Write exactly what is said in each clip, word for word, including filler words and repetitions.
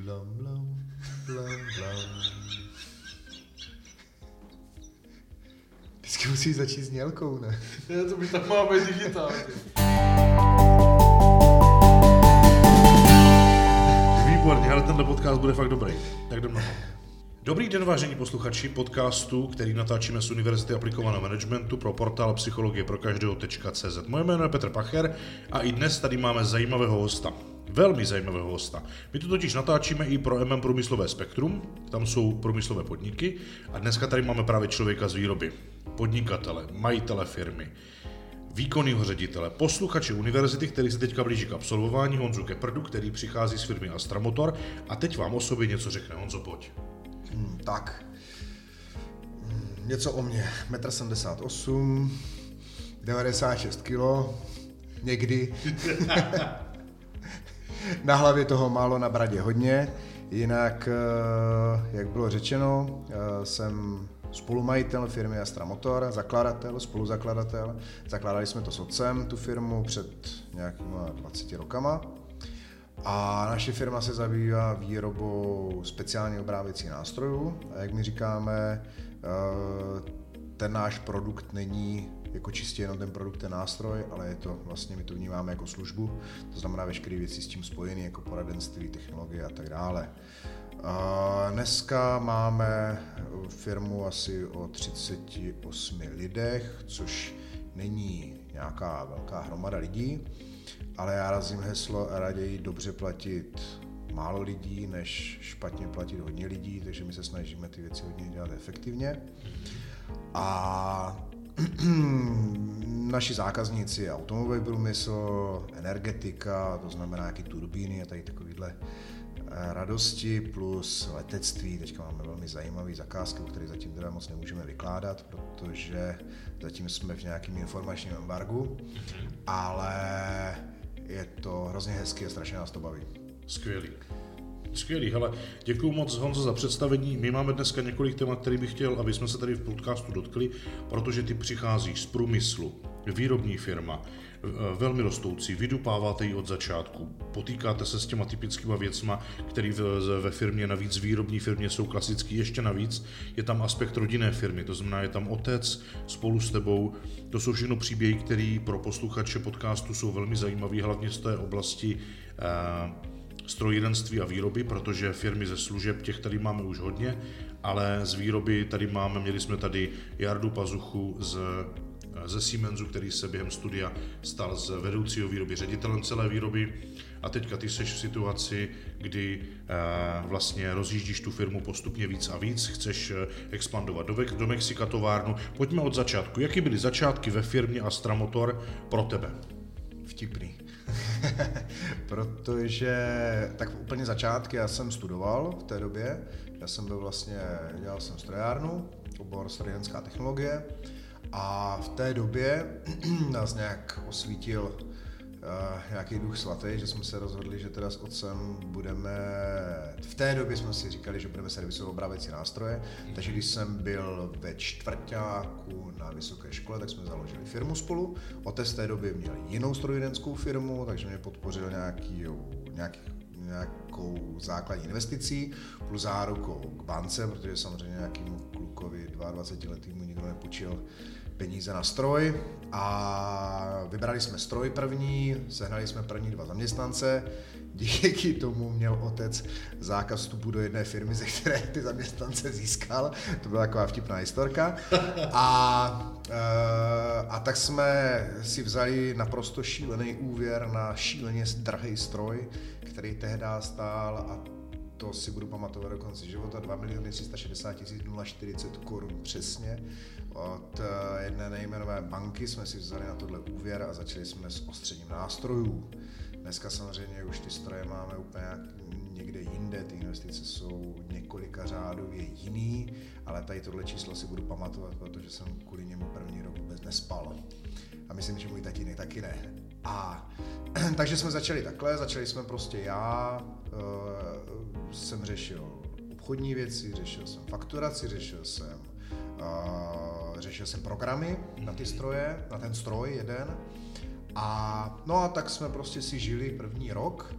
Blam, blam, blam, blam. Vždycky musíš začít s nělkou, ne? Ne, to by tak má být digitálně. Výborně, ale tenhle podcast bude fakt dobrý. Tak jdem na to. Dobrý den, vážení posluchači podcastu, který natáčíme z Univerzity aplikovaného managementu pro portál psychologie pro každého tečka cé zet. Moje jméno je Petr Pacher a i dnes tady máme zajímavého hosta. Velmi zajímavého hosta. My tu totiž natáčíme i pro M M Průmyslové spektrum, tam jsou průmyslové podniky a dneska tady máme právě člověka z výroby. Podnikatele, majitele firmy, výkonného ředitele, posluchače univerzity, který se teďka blíží k absolvování, Honzu Keprdu, který přichází z firmy Astra Motor a teď vám o sobě něco řekne. Honzo, pojď. Hmm, tak, něco o mně. metr sedmdesát osm, devadesát šest kilo, někdy. Na hlavě toho málo, na bradě hodně. Jinak, jak bylo řečeno, jsem spolumajitel firmy Astra Motor, zakladatel, spoluzakladatel. Zakládali jsme to s otcem, tu firmu, před nějakýma dvaceti rokama. A naše firma se zabývá výrobou speciálně obráběcích nástrojů. A jak my říkáme, ten náš produkt není jako čistě jenom ten produkt, ten nástroj, ale je to vlastně, my to vnímáme jako službu, to znamená veškeré věci s tím spojené, jako poradenství, technologie a tak dále. A dneska máme firmu asi o třiceti osmi lidech, což není nějaká velká hromada lidí, ale já razím heslo a raději dobře platit málo lidí, než špatně platit hodně lidí, takže my se snažíme ty věci hodně dělat efektivně. A naši zákazníci je automobilový průmysl, energetika, to znamená nějaké turbíny a tady takovéhle radosti, plus letectví. Teďka máme velmi zajímavé zakázky, o kterých zatím teda moc nemůžeme vykládat, protože zatím jsme v nějakém informačním embargu, ale je to hrozně hezky a strašně nás to baví. Skvělý. Skvělý, hele, děkuju moc, Honzo, za představení. My máme dneska několik témat, který bych chtěl, aby jsme se tady v podcastu dotkli, protože ty přicházíš z průmyslu, výrobní firma, velmi rostoucí, vydupáváte ji od začátku, potýkáte se s těma typickýma věcma, které ve firmě, navíc výrobní firmě jsou klasický, ještě navíc je tam aspekt rodinné firmy, to znamená, je tam otec spolu s tebou, to jsou všechno příběhy, které pro posluchače podcastu jsou velmi zajímavé, hlavně z té oblasti eh, strojírenství a výroby, protože firmy ze služeb, těch tady máme už hodně, ale z výroby tady máme, měli jsme tady Jardu Pazuchu z, ze Siemensu, který se během studia stal z vedoucího výroby ředitelem celé výroby a teďka ty seš v situaci, kdy eh, vlastně rozjíždíš tu firmu postupně víc a víc, chceš eh, expandovat do, do Mexika továrnu. Pojďme od začátku. Jaký byly začátky ve firmě Astra Motor pro tebe? Vtipný. Protože tak úplně začátky já jsem studoval v té době, já jsem byl vlastně, dělal jsem strojárnu, obor strojárenská technologie a v té době nás nějak osvítil uh, nějaký duch svatý, že jsme se rozhodli, že teda s otcem budeme, v té době jsme si říkali, že budeme servisovat obráběcí nástroje, takže když jsem byl ve čtvrťáku na vysoké škole, tak jsme založili firmu spolu. Otec v té době měl jinou strojírenskou firmu, takže mě podpořil nějaký, nějaký, nějakou základní investicí plus zárukou k bance, protože samozřejmě nějakému klukovi dvacetiletýmu nikdo nepůjčil peníze na stroj a vybrali jsme stroj první, sehnali jsme první dva zaměstnance, díky tomu měl otec zákaz vstupu do jedné firmy, ze které ty zaměstnance získal, to byla taková vtipná historka a, a tak jsme si vzali naprosto šílený úvěr na šíleně drahý stroj, který tehdy stál a to si budu pamatovat do konce života, dva miliony tři sta šedesát tisíc čtyřicet korun přesně. Od jedné nejmenové banky jsme si vzali na tohle úvěr a začali jsme s ostřením nástrojů. Dneska samozřejmě už ty stroje máme úplně někde jinde, ty investice jsou několika řádově jiný, ale tady tohle číslo si budu pamatovat, protože jsem kvůli němu první rok vůbec nespal. A myslím, že můj tatínek taky ne. A takže jsme začali takhle, začali jsme prostě já, uh, jsem řešil obchodní věci, řešil jsem fakturaci, řešil jsem, uh, řešil jsem programy na ty stroje, na ten stroj jeden. A no a tak jsme prostě si žili první rok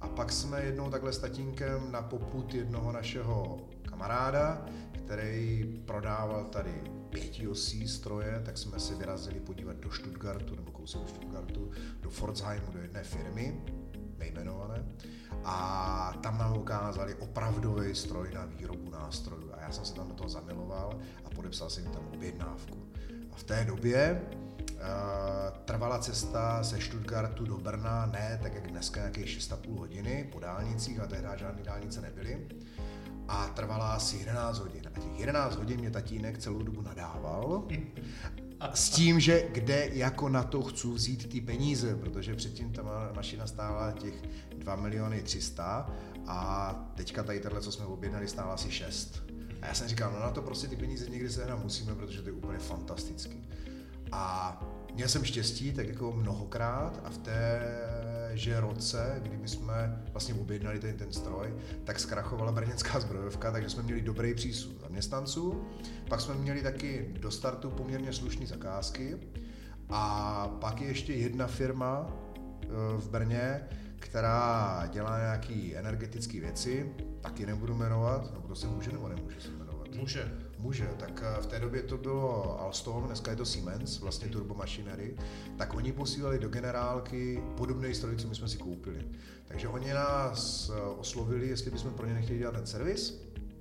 A pak jsme jednou takhle s tatínkem na popud jednoho našeho kamaráda, který prodával tady pětiosí stroje, tak jsme si vyrazili podívat do Stuttgartu, nebo kousek do Stuttgartu, do Pforzheimu, do jedné firmy, nejmenované. A tam nám ukázali opravdový stroj na výrobu nástrojů. A já jsem se tam do toho zamiloval a podepsal jsem tam objednávku. A v té době uh, trvala cesta ze Stuttgartu do Brna, ne tak jak dneska nějakých šest a půl hodiny po dálnicích, a tehdy žádné dálnice nebyly. A trvala asi jedenáct hodin. A těch jedenáct hodin mě tatínek celou dobu nadával s tím, že kde jako na to chci vzít ty peníze, protože předtím ta mašina stála těch dva miliony tři sta a teďka tady tohle, co jsme objednali, stála asi šest. A já jsem říkal, no na to prostě ty peníze někdy sehnat musíme, protože to je úplně fantastický. A měl jsem štěstí, tak jako mnohokrát, a v té že roce, kdy my jsme vlastně objednali ten, ten stroj, tak zkrachovala brněnská zbrojovka, takže jsme měli dobrý přísun zaměstnanců. Pak jsme měli taky do startu poměrně slušné zakázky. A pak je ještě jedna firma v Brně, která dělá nějaké energetické věci, taky nebudu jmenovat, nebo to se může nebo nemůže se jmenovat? Může. Může, tak v té době to bylo Alstom, dneska je to Siemens, vlastně turbomašinery, tak oni posílali do generálky podobný stroj, co my jsme si koupili. Takže oni nás oslovili, jestli bychom pro ně nechtěli dělat ten servis,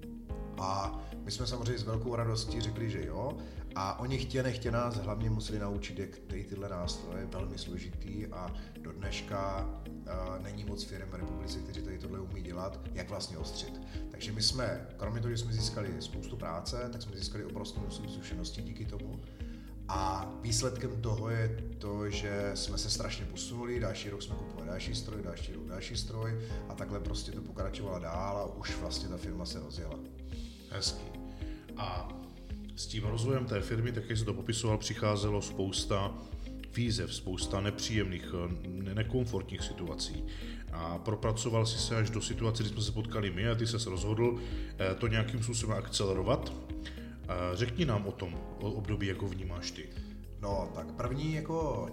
a my jsme samozřejmě s velkou radostí řekli, že jo, a oni chtě nechtě nás hlavně museli naučit, jak tady tyhle nástroje, velmi složitý, a do dneška uh, není moc firm v republice, kteří tady tohle umí dělat, jak vlastně ostřit. Takže my jsme, kromě toho, že jsme získali spoustu práce, tak jsme získali obrovské množství zkušeností díky tomu. A výsledkem toho je to, že jsme se strašně posunuli, další rok jsme kupovali další stroj, další rok další stroj, a takhle prostě to pokračovalo dál a už vlastně ta firma se rozjela. Hezký. A s tím rozvojem té firmy, tak jak jsi to popisoval, přicházelo spousta výzev, spousta nepříjemných, nekomfortních situací. A propracoval jsi se až do situace, kdy jsme se potkali my, a ty ses rozhodl to nějakým způsobem akcelerovat. Řekni nám o tom o období, jako vnímáš ty. No, tak první jako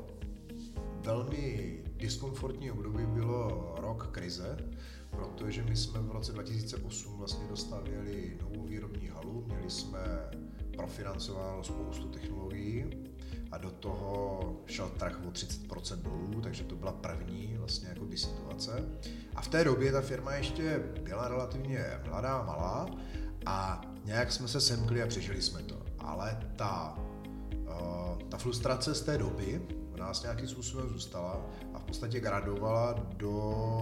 velmi diskomfortní období bylo rok krize, protože my jsme v roce dva tisíce osm vlastně dostavěli novou výrobní halu, měli jsme profinancováno spoustu technologií a do toho šel trh o třicet procent dolů, takže to byla první vlastně jako situace. A v té době ta firma ještě byla relativně mladá, malá, a nějak jsme se semkli a přežili jsme to. Ale ta, uh, ta frustrace z té doby v nás nějakým způsobem zůstala a v podstatě gradovala do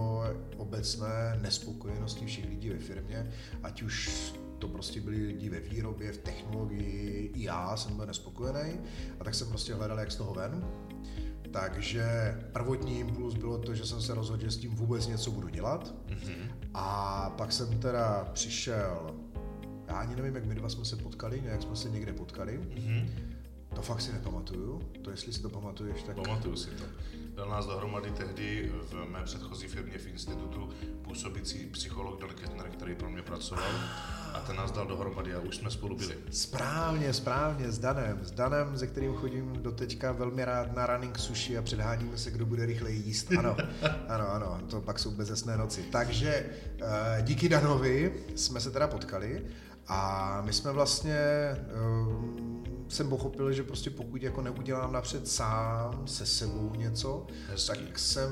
obecné nespokojenosti všech lidí ve firmě, ať už to prostě byli lidi ve výrobě, v technologii, i já jsem byl nespokojený, a tak jsem prostě hledal, jak z toho ven. Takže prvotní impuls bylo to, že jsem se rozhodl, že s tím vůbec něco budu dělat. Mm-hmm. A pak jsem teda přišel, já ani nevím, jak my dva jsme se potkali, nějak jsme se někde potkali. Mm-hmm. To fakt si nepamatuju, to jestli si to pamatuješ, tak... Pamatuju si to. Dal nás dohromady tehdy v mé předchozí firmě v institutu působící psycholog Dan Kettner, který pro mě pracoval, a ten nás dal dohromady a už jsme spolu byli. Správně, správně, s Danem, s Danem, se kterým chodím do teďka velmi rád na running sushi a předháníme se, kdo bude rychleji jíst. Ano, ano, ano, to pak jsou bezesné noci. Takže díky Danovi jsme se teda potkali a my jsme vlastně... jsem pochopil, že prostě pokud jako neudělám napřed sám se sebou něco, Hezký. tak jsem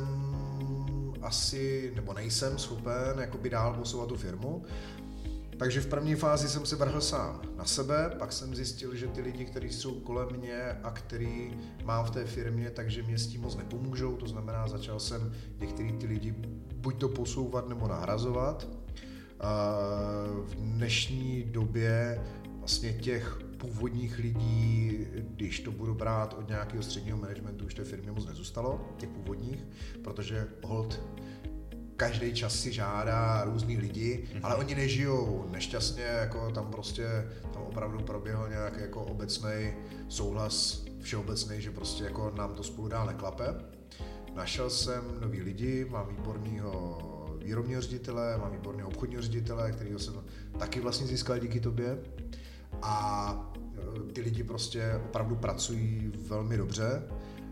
asi, nebo nejsem schopen jakoby dál posouvat tu firmu. Takže v první fázi jsem se vrhl sám na sebe, pak jsem zjistil, že ty lidi, kteří jsou kolem mě a který mám v té firmě, takže mě s tím moc nepomůžou, to znamená, začal jsem některý ty lidi buď to posouvat nebo nahrazovat. V dnešní době vlastně těch původních lidí, když to budu brát od nějakého středního managementu, už té firmě moc nezůstalo, těch původních, protože hold každý čas si žádá různý lidi, mm-hmm. ale oni nežijou nešťastně, jako tam prostě tam opravdu proběhl nějaký jako obecný souhlas všeobecný, že prostě jako nám to spolu dál neklape. Našel jsem nový lidi, mám výborného výrobního ředitele, mám výborného obchodního ředitele, kterýho jsem taky vlastně získal díky tobě. A ty lidi prostě opravdu pracují velmi dobře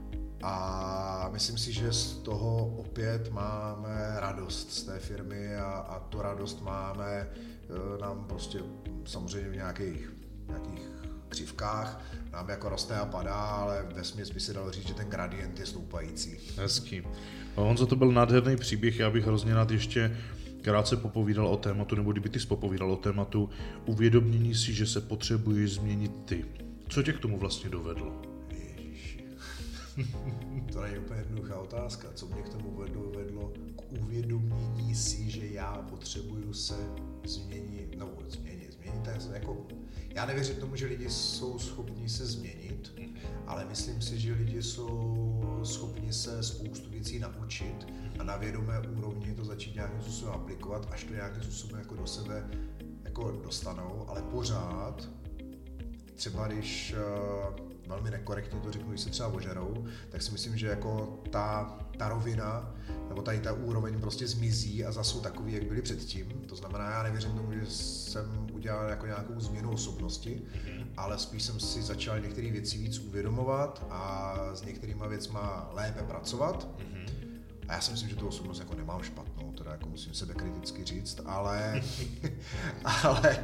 A myslím si, že z toho opět máme radost z té firmy a, a tu radost máme nám prostě samozřejmě v nějakých, nějakých křivkách, nám jako roste a padá, ale vesměs by se dalo říct, že ten gradient je stoupající. Hezký. Honzo, to byl nádherný příběh, já bych hrozně rád ještě krátce popovídal o tématu, nebo kdyby ty jsi popovídal o tématu uvědomění si, že se potřebuješ změnit ty. Co tě k tomu vlastně dovedlo? Ježiši. To není úplně jednoduchá otázka. Co mě k tomu vedlo k uvědomění si, že já potřebuju se změnit, no změnit, změnit, tak jako, já nevěřím tomu, že lidi jsou schopni se změnit, ale myslím si, že lidi jsou schopni se spoustu věcí naučit a na vědomé úrovni to začít nějakým způsobem aplikovat, až to nějakým způsobem jako do sebe jako dostanou, ale pořád, třeba když uh, velmi nekorektně to řeknu, když se třeba ožerou, tak si myslím, že jako ta, ta rovina, nebo tady ta úroveň prostě zmizí a zase jsou takový, jak byli předtím. To znamená, já nevěřím tomu, že jsem udělal jako nějakou změnu osobnosti, ale spíš jsem si začal některé věci víc uvědomovat a s některýma věcma lépe pracovat. A já si myslím, že tu osobnost jako nemám špatnou, teda jako musím sebe kriticky říct, ale, ale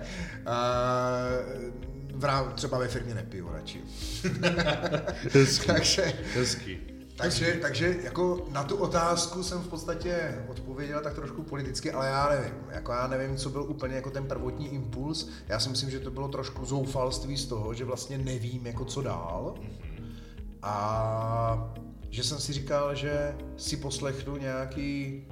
uh, v rám, třeba ve firmě nepiju radši. Hezký. takže, Hezký. takže, takže jako na tu otázku jsem v podstatě odpověděl tak trošku politicky, ale já nevím, jako já nevím, co byl úplně jako ten prvotní impuls. Já si myslím, že to bylo trošku zoufalství z toho, že vlastně nevím, jako co dál. A že jsem si říkal, že si poslechnu nějaký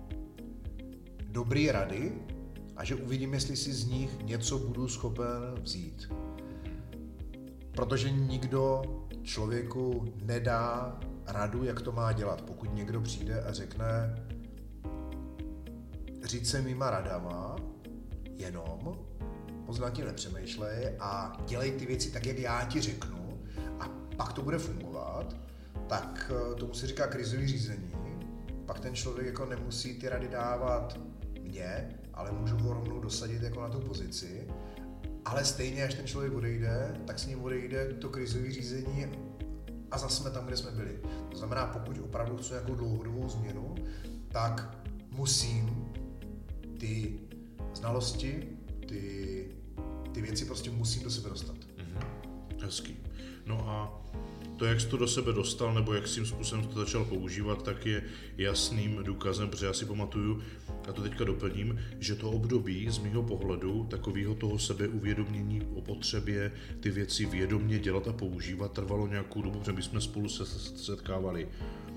dobrý rady a že uvidím, jestli si z nich něco budu schopen vzít. Protože nikdo člověku nedá radu, jak to má dělat. Pokud někdo přijde a řekne, říct se mýma radama, jenom, moc nad tím nepřemýšlej a dělej ty věci tak, jak já ti řeknu a pak to bude fungovat, tak tomu se říká krizový řízení. Pak ten člověk jako nemusí ty rady dávat mně, ale můžu ho rovnou dosadit jako na tu pozici. Ale stejně, až ten člověk odejde, tak s ním odejde to krizové řízení a zase jsme tam, kde jsme byli. To znamená, pokud opravdu chci nějakou dlouhodobou změnu, tak musím ty znalosti, ty, ty věci prostě musím do sebe dostat. Mhm. Hezký. No a to, jak jsi to do sebe dostal, nebo jak svým způsobem to začal používat, tak je jasným důkazem, protože já si pamatuju, a to teďka doplním, že to období z mýho pohledu, takového toho sebeuvědomění o potřebě ty věci vědomě dělat a používat, trvalo nějakou dobu, protože my jsme spolu se setkávali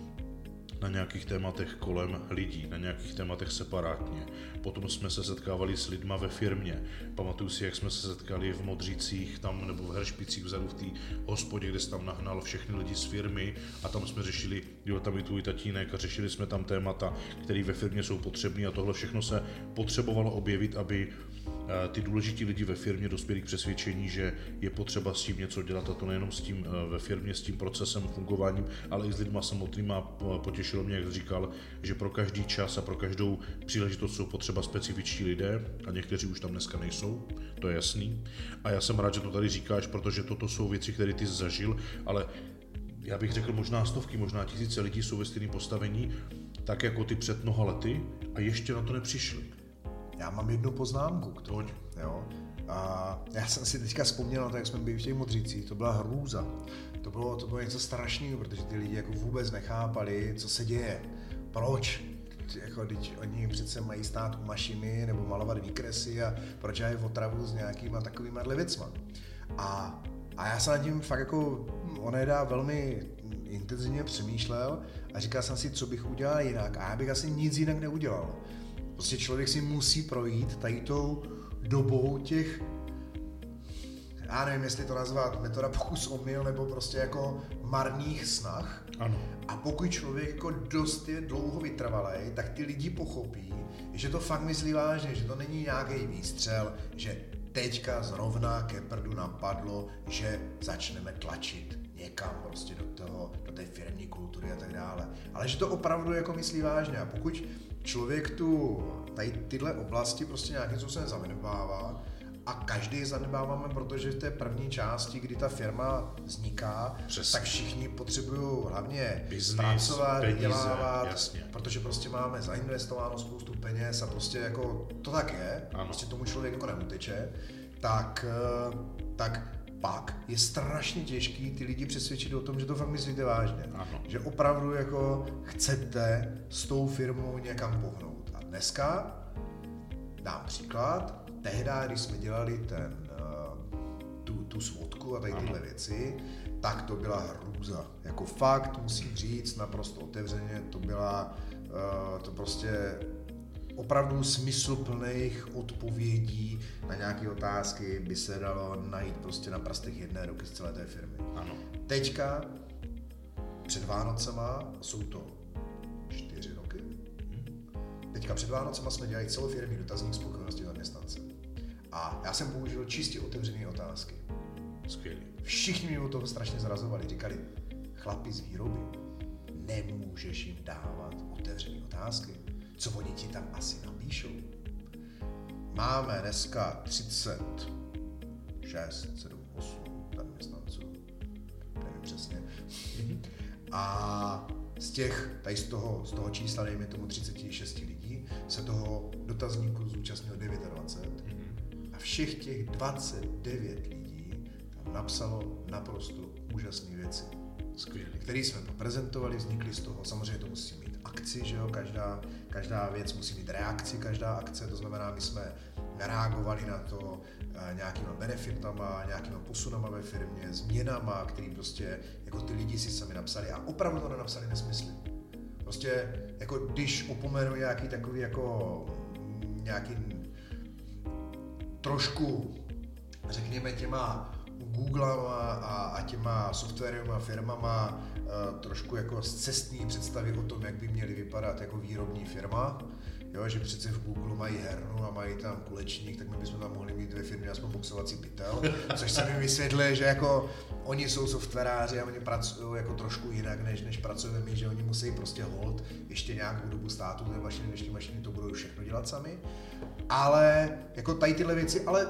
na nějakých tématech kolem lidí, na nějakých tématech separátně. Potom jsme se setkávali s lidma ve firmě. Pamatuju si, jak jsme se setkali v Modřících tam, nebo v Heršpicích vzadu v té hospodě, kde jsi tam nahnal všechny lidi z firmy a tam jsme řešili, jo, tam je tvůj tatínek a řešili jsme tam témata, které ve firmě jsou potřebné a tohle všechno se potřebovalo objevit, aby ty důležití lidi ve firmě dospěli k přesvědčení, že je potřeba s tím něco dělat, a to nejenom s tím ve firmě, s tím procesem, fungováním, ale i s lidma samotnýma. Potěšilo mě, jak říkal, že pro každý čas a pro každou příležitost jsou potřeba specifičtí lidé a někteří už tam dneska nejsou, to je jasný. A já jsem rád, že to tady říkáš, protože toto jsou věci, které ty jsi zažil, ale já bych řekl možná stovky, možná tisíce lidí jsou ve stejném postavení, tak jako ty před mnoha lety a ještě na to nepřišli. Já mám jednu poznámku k tomu, jo. A já jsem si teďka vzpomněl na to, jak jsme byli v těch Modřících, to byla hrůza. To bylo, to bylo něco strašného, protože ty lidi jako vůbec nechápali, co se děje. Proč? Jako, teď oni přece mají stát u mašiny nebo malovat výkresy a proč já je otravu s nějakýma takovýma věcma. A, a já jsem nad tím fakt jako onedá velmi intenzivně přemýšlel a říkal jsem si, co bych udělal jinak. A já bych asi nic jinak neudělal. Prostě člověk si musí projít tady tou dobou těch, já nevím, jestli to nazvat metoda pokus omyl, nebo prostě jako marných snah. Ano. A pokud člověk jako dost je dlouho vytrvalej, tak ty lidi pochopí, že to fakt myslí vážně, že to není nějaký výstřel, že teďka zrovna ke prdu napadlo, že začneme tlačit někam prostě do toho, do té firmní kultury a tak dále. Ale že to opravdu jako myslí vážně. A pokud člověk tu tady tyhle oblasti prostě nějakým způsobem zanedbává a každý je zanedbáváme, protože v té první části, kdy ta firma vzniká, Přesně. tak všichni potřebují hlavně Business, pracovat, peníze, vydělávat, jasně. protože prostě máme zainvestováno spoustu peněz a prostě jako to tak je, ano. prostě tomu člověk jako neuteče, tak, tak pak je strašně těžký ty lidi přesvědčit o tom, že to fakt myslíte vážně. Ano. Že opravdu jako chcete s tou firmou někam pohnout. A dneska, dám příklad, tehdy, když jsme dělali ten, tu, tu svodku a tady tyhle ano. věci, tak to byla hrůza. Jako fakt, musím říct, naprosto otevřeně, to byla to prostě opravdu smysluplných odpovědí na nějaké otázky by se dalo najít prostě na prstech jedné ruky z celé té firmy. Ano. Teďka, před Vánocema, jsou to čtyři roky, hmm. teďka před Vánocema jsme dělali celofirmní dotazník spokojenosti zaměstnance. A já jsem použil čistě otevřené otázky. Skvělý. Všichni mě o toho strašně zrazovali, říkali, chlapi z výroby, nemůžeš jim dávat otevřené otázky. Co oni ti tam asi napíšou. Máme dneska třicet šest, sedm, osm zaměstnanců, nevím přesně. A z těch, tady z toho, z toho čísla, dejme tomu třicet šest lidí, se toho dotazníku zúčastnilo dvacet devět. A všech těch dvacet devět lidí tam napsalo naprosto úžasné věci. Skvělý. Který jsme prezentovali, vznikly z toho, samozřejmě to musí mít akci, že jo, každá, každá věc musí mít reakci, každá akce, to znamená, my jsme reagovali na to e, nějakýma benefitama, nějakýma posunama ve firmě, změnama, který prostě jako ty lidi si sami napsali a opravdu to nenapsali nesmysly. Prostě jako když opomenu nějaký takový jako nějaký trošku, řekněme těma Googlama a, a těma softwarovými firmama uh, trošku jako scestný představy o tom, jak by měly vypadat jako výrobní firma. Jo, že přece v Google mají hernu a mají tam kulečník, tak my bychom tam mohli mít ve firmě aspoň boxovací pytel, což se mi vysvětluje, že jako oni jsou softwaráři a oni pracují jako trošku jinak, než, než pracujeme my, že oni musí prostě hold ještě nějakou dobu státu, ty mašiny, dnešní mašiny to budou všechno dělat sami. Ale jako tady tyhle věci, ale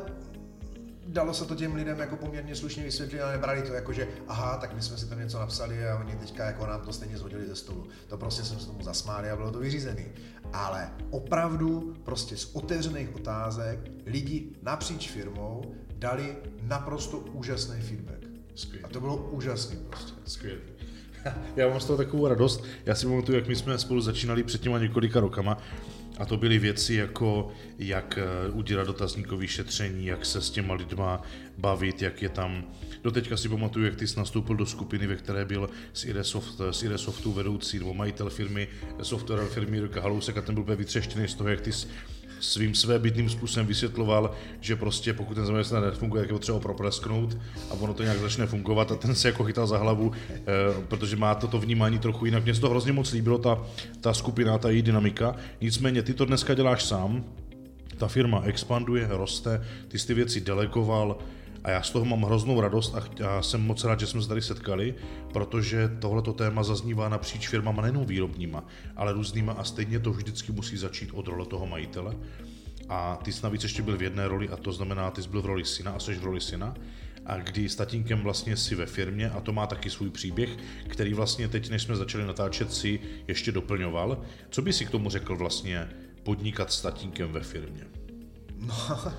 dalo se to těm lidem jako poměrně slušně vysvětlit a nebrali to jako, že aha, tak my jsme si tam něco napsali a oni teďka jako nám to stejně zhodili ze stolu. To prostě jsme se tomu zasmáli a bylo to vyřízený. Ale opravdu prostě z otevřených otázek lidi napříč firmou dali naprosto úžasný feedback. Skvělý. A to bylo úžasný prostě. Skvělý. Já mám z toho takovou radost. Já si pamatuju, jak my jsme spolu začínali před těma několika rokama. A to byly věci jako, jak udělat dotazníkové šetření, jak se s těma lidma bavit, jak je tam. Doteďka si pamatuju, jak ty jsi nastoupil do skupiny, ve které byl z Iresoft, z Iresoftu vedoucí nebo majitel firmy, software firmy Jirka Halousek a ten byl vytřeštěný z toho, jak ty jsi svým svébytným způsobem vysvětloval, že prostě pokud ten zaměstnanec nefunguje, tak je potřeba proplesknout a ono to nějak začne fungovat a ten se jako chytal za hlavu, eh, protože má toto vnímání trochu jinak. Mně se to hrozně moc líbilo, ta, ta skupina, ta její dynamika. Nicméně ty to dneska děláš sám, ta firma expanduje, roste, ty jsi ty věci delegoval a já z toho mám hroznou radost a, a jsem moc rád, že jsme se tady setkali, protože tohleto téma zaznívá napříč firmama nejenom výrobníma, ale různýma a stejně to vždycky musí začít od role toho majitele. A ty jsi navíc ještě byl v jedné roli a to znamená, ty jsi byl v roli syna a jsi v roli syna. A kdy s tatínkem vlastně si ve firmě a to má taky svůj příběh, který vlastně teď, než jsme začali natáčet, si ještě doplňoval. Co by si k tomu řekl vlastně podnikat s tatínkem ve firmě? No,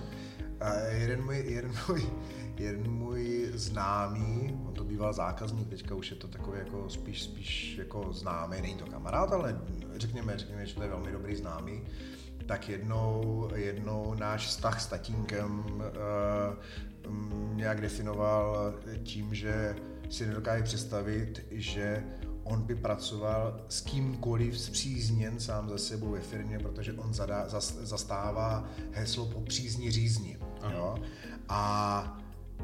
jeden můj, jeden můj, jeden můj známý, on to býval zákazník, teďka už je to takový jako spíš, spíš jako známý, není to kamarád, ale řekněme, řekněme, že to je velmi dobrý známý, tak jednou, jednou náš vztah s tatínkem uh, nějak definoval tím, že si nedokáže představit, že on by pracoval s kýmkoliv spřízněn sám za sebou ve firmě, protože on zadá, zas, zastává heslo po přízni řízni. Jo? A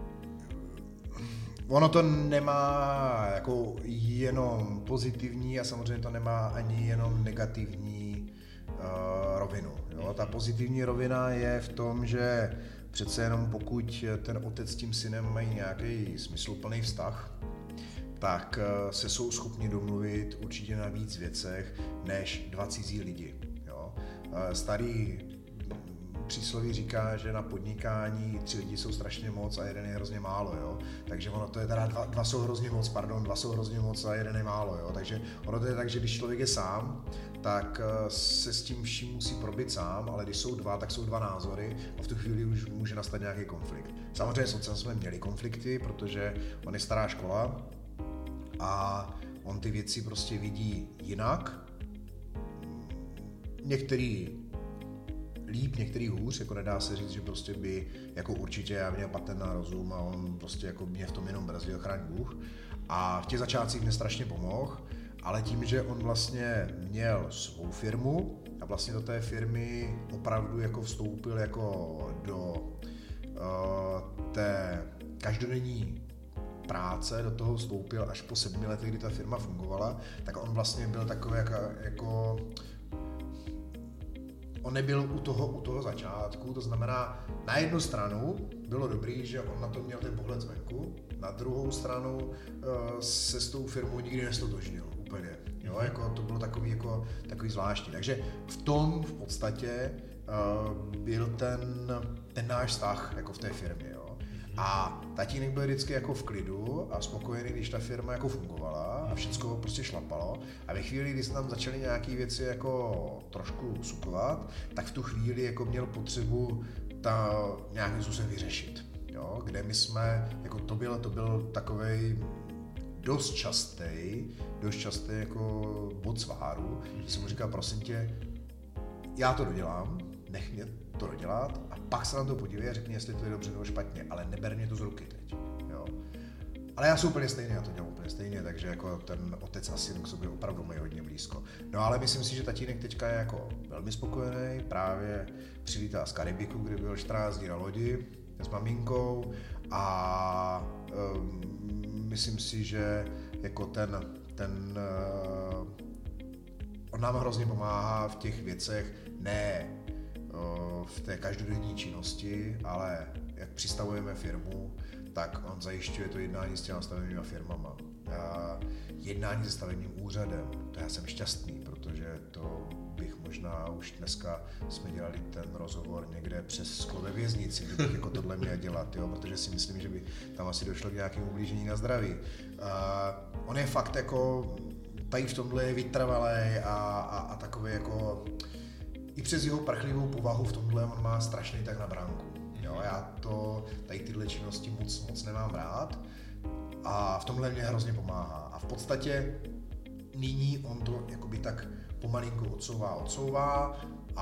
ono to nemá jako jenom pozitivní a samozřejmě to nemá ani jenom negativní uh, rovinu. Jo? Ta pozitivní rovina je v tom, že přece jenom pokud ten otec s tím synem mají nějaký smysluplný vztah, tak se jsou schopni domluvit určitě na víc věcech než dva cizí lidi. Jo? Starý přísloví říká, že na podnikání tři lidi jsou strašně moc a jeden je hrozně málo, jo. Takže ono to je teda dva, dva jsou hrozně moc, pardon, dva jsou hrozně moc a jeden je málo, jo. Takže ono to je tak, že když člověk je sám, tak se s tím vším musí probit sám, ale když jsou dva, tak jsou dva názory a v tu chvíli už může nastat nějaký konflikt. Samozřejmě s otcem jsme měli konflikty, protože on je stará škola a on ty věci prostě vidí jinak. Některý líp, některý hůř, jako nedá se říct, že prostě by jako určitě já měl patent na rozum a on prostě jako mě v tom jenom brzdil, chraň Bůh. A v těch začátcích mě strašně pomohl, ale tím, že on vlastně měl svou firmu a vlastně do té firmy opravdu jako vstoupil jako do uh, té každodenní práce, do toho vstoupil až po sedmi letech, kdy ta firma fungovala, tak on vlastně byl takový jako, jako on nebyl u toho, u toho začátku, to znamená, na jednu stranu bylo dobrý, že on na to měl ten pohled zvenku, na druhou stranu uh, se s tou firmou nikdy nestotožnil úplně, jo, jako to bylo takový, jako, takový zvláštní, takže v tom v podstatě uh, byl ten, ten náš vztah jako v té firmě, jo. A tatínek byl vždycky jako v klidu a spokojený, když ta firma jako fungovala a všechno prostě šlapalo. A ve chvíli, kdy se tam začaly nějaké věci jako trošku sukovat, tak v tu chvíli jako měl potřebu ta nějakým způsobem vyřešit. Jo? Kde my jsme, jako to byl, to byl takovej dost častý, dost častý jako bod sváru, že jsem mu říkal, prosím tě, já to dodělám, nech mě to dodělat a pak se na to podívej a řekni, jestli to je dobře nebo špatně, ale neber mě to z ruky teď, jo. Ale já jsem úplně stejný, já to dělám úplně stejně, takže jako ten otec a syn k sobě opravdu mají hodně blízko. No ale myslím si, že tatínek teďka je jako velmi spokojený, právě přilítá z Karibiku, kde byl čtrnáct dní na lodi s maminkou a um, myslím si, že jako ten, ten uh, on nám hrozně pomáhá v těch věcech, ne v té každodenní činnosti, ale jak přistavujeme firmu, tak on zajišťuje to jednání s těma stavebníma firmama. A jednání se stavebním úřadem, to já jsem šťastný, protože to bych možná už dneska jsme dělali ten rozhovor někde přes sklo ve věznici, kdybych jako tohle měl dělat, jo, protože si myslím, že by tam asi došlo k nějakému ublížení na zdraví. A on je fakt jako, tady v tomhle je vytrvalý a, a, a takový jako i přes jeho prchlivou povahu v tomhle on má strašný tak na bránku. Jo, já to, tady tyhle činnosti moc, moc nemám rád a v tomhle mě hrozně pomáhá. A v podstatě nyní on to jakoby tak pomalinku odsouvá, odsouvá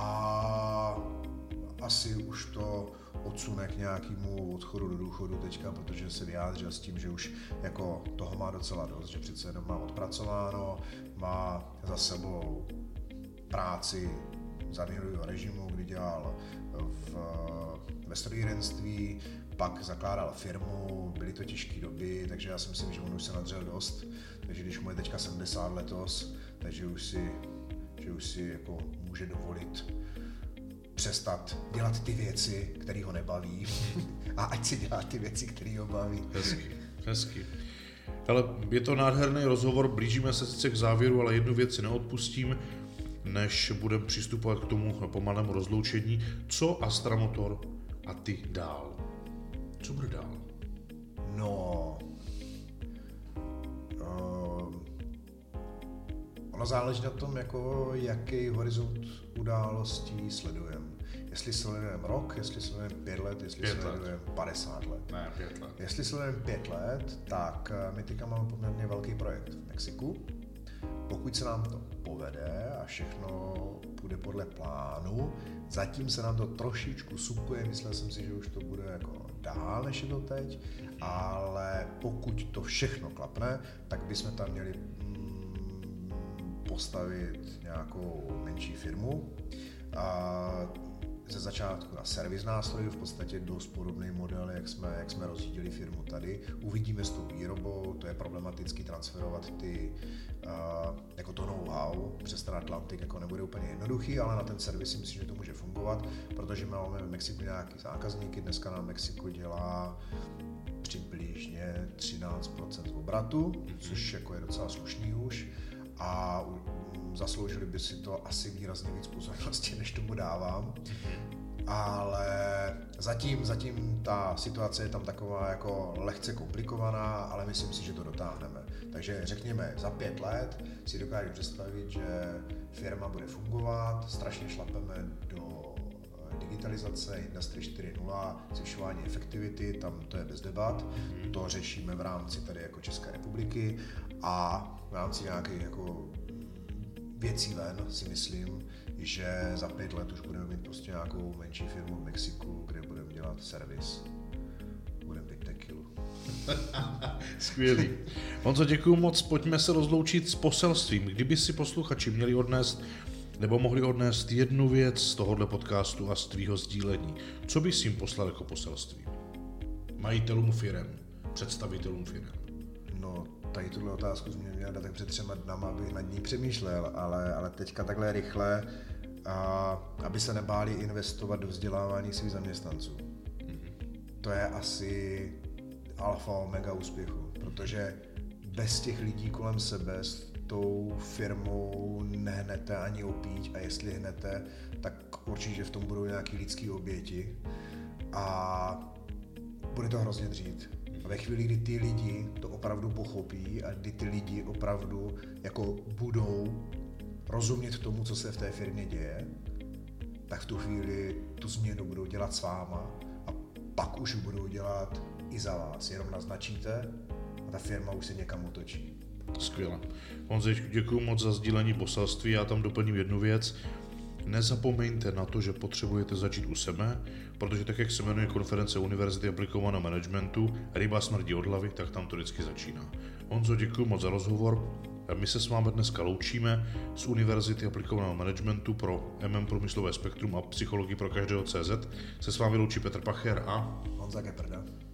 a asi už to odsune k nějakému odchodu do důchodu teďka, protože se vyjádřil s tím, že už jako toho má docela dost, že přece jenom má odpracováno, má za sebou práci za minulého režimu, kdy dělal v, ve strojírenství, pak zakládal firmu, byly to těžké doby, takže já si myslím, že on už se nadřel dost, takže když mu je teďka sedmdesát letos, takže už si, že už si jako může dovolit přestat dělat ty věci, které ho nebaví a ať si dělá ty věci, které ho baví. Hezky, hezky. Ale je to nádherný rozhovor, blížíme se sice k závěru, ale jednu věc si neodpustím, než budeme přistupovat k tomu pomalému rozloučení. Co Astra Motor a ty dál? Co bude dál? No, uh, ono záleží na tom, jako, jaký horizont událostí sledujeme. Jestli sledujeme rok, jestli sledujeme pět let, jestli pět sledujeme let. padesát let. Ne, pět let. Jestli sledujeme pět let, tak my teďka máme poměrně velký projekt v Mexiku. Pokud se nám to povede a všechno půjde podle plánu, zatím se nám to trošičku subkuje, myslel jsem si, že už to bude jako dál, než je to teď, ale pokud to všechno klapne, tak bychom tam měli mm, postavit nějakou menší firmu. A ze začátku na servis nástrojů, v podstatě dost podobný model, jak jsme, jak jsme rozjížděli firmu tady. Uvidíme s tou výrobou, to je problematicky transferovat ty, uh, jako to know-how přes ten Atlantik, jako nebude úplně jednoduchý, ale na ten servis si myslím, že to může fungovat, protože máme v Mexiku nějaký zákazníky, dneska na Mexiku dělá přibližně třináct procent z obratu, což jako je docela slušný už a zasloužili by si to asi výrazně víc pozornosti, než tomu dávám. ale zatím, zatím ta situace je tam taková jako lehce komplikovaná, ale myslím si, že to dotáhneme. Takže řekněme, za pět let si dokážu představit, že firma bude fungovat, strašně šlapeme do digitalizace, Industry čtyři tečka nula, zvyšování efektivity, tam to je bez debat, to řešíme v rámci tady jako České republiky a v rámci nějakých jako věcí ven si myslím, že za pět let už budeme mít prostě nějakou menší firmu v Mexiku, kde budeme dělat servis, budeme pít tequilu. Skvělý. Honzo, děkuju moc, pojďme se rozloučit s poselstvím. Kdyby si posluchači měli odnést nebo mohli odnést jednu věc z tohohle podcastu a z tvýho sdílení, co bys jim poslal jako poselství? Majitelům firem, představitelům firem. No, tady tuhle otázku jsi mě měl dát tak před třema dnama, abych nad ní přemýšlel, ale, ale teďka takhle rychle, a, aby se nebáli investovat do vzdělávání svých zaměstnanců. Mm-hmm. To je asi alfa omega úspěchu, protože bez těch lidí kolem sebe s tou firmou nehnete ani opíť a jestli hnete, tak určitě v tom budou nějaký lidský oběti a bude to hrozně dřít. A ve chvíli, kdy ty lidi to opravdu pochopí a kdy ty lidi opravdu jako budou rozumět tomu, co se v té firmě děje, tak v tu chvíli tu změnu budou dělat s váma a pak už ji budou dělat i za vás. Jenom naznačíte a ta firma už se někam otočí. Skvěle. Honzo, děkuji moc za sdílení poselství. Já tam doplním jednu věc. Nezapomeňte na to, že potřebujete začít u sebe, protože tak, jak se jmenuje konference Univerzity aplikovaného managementu, ryba smrdí od hlavy, tak tam to vždycky začíná. Honzo, děkuji moc za rozhovor. My se s vámi dneska loučíme z Univerzity aplikovaného managementu pro M M Průmyslové spektrum a psychologii pro každého C Z. Se s vámi loučí Petr Pacher a Honza Geprda.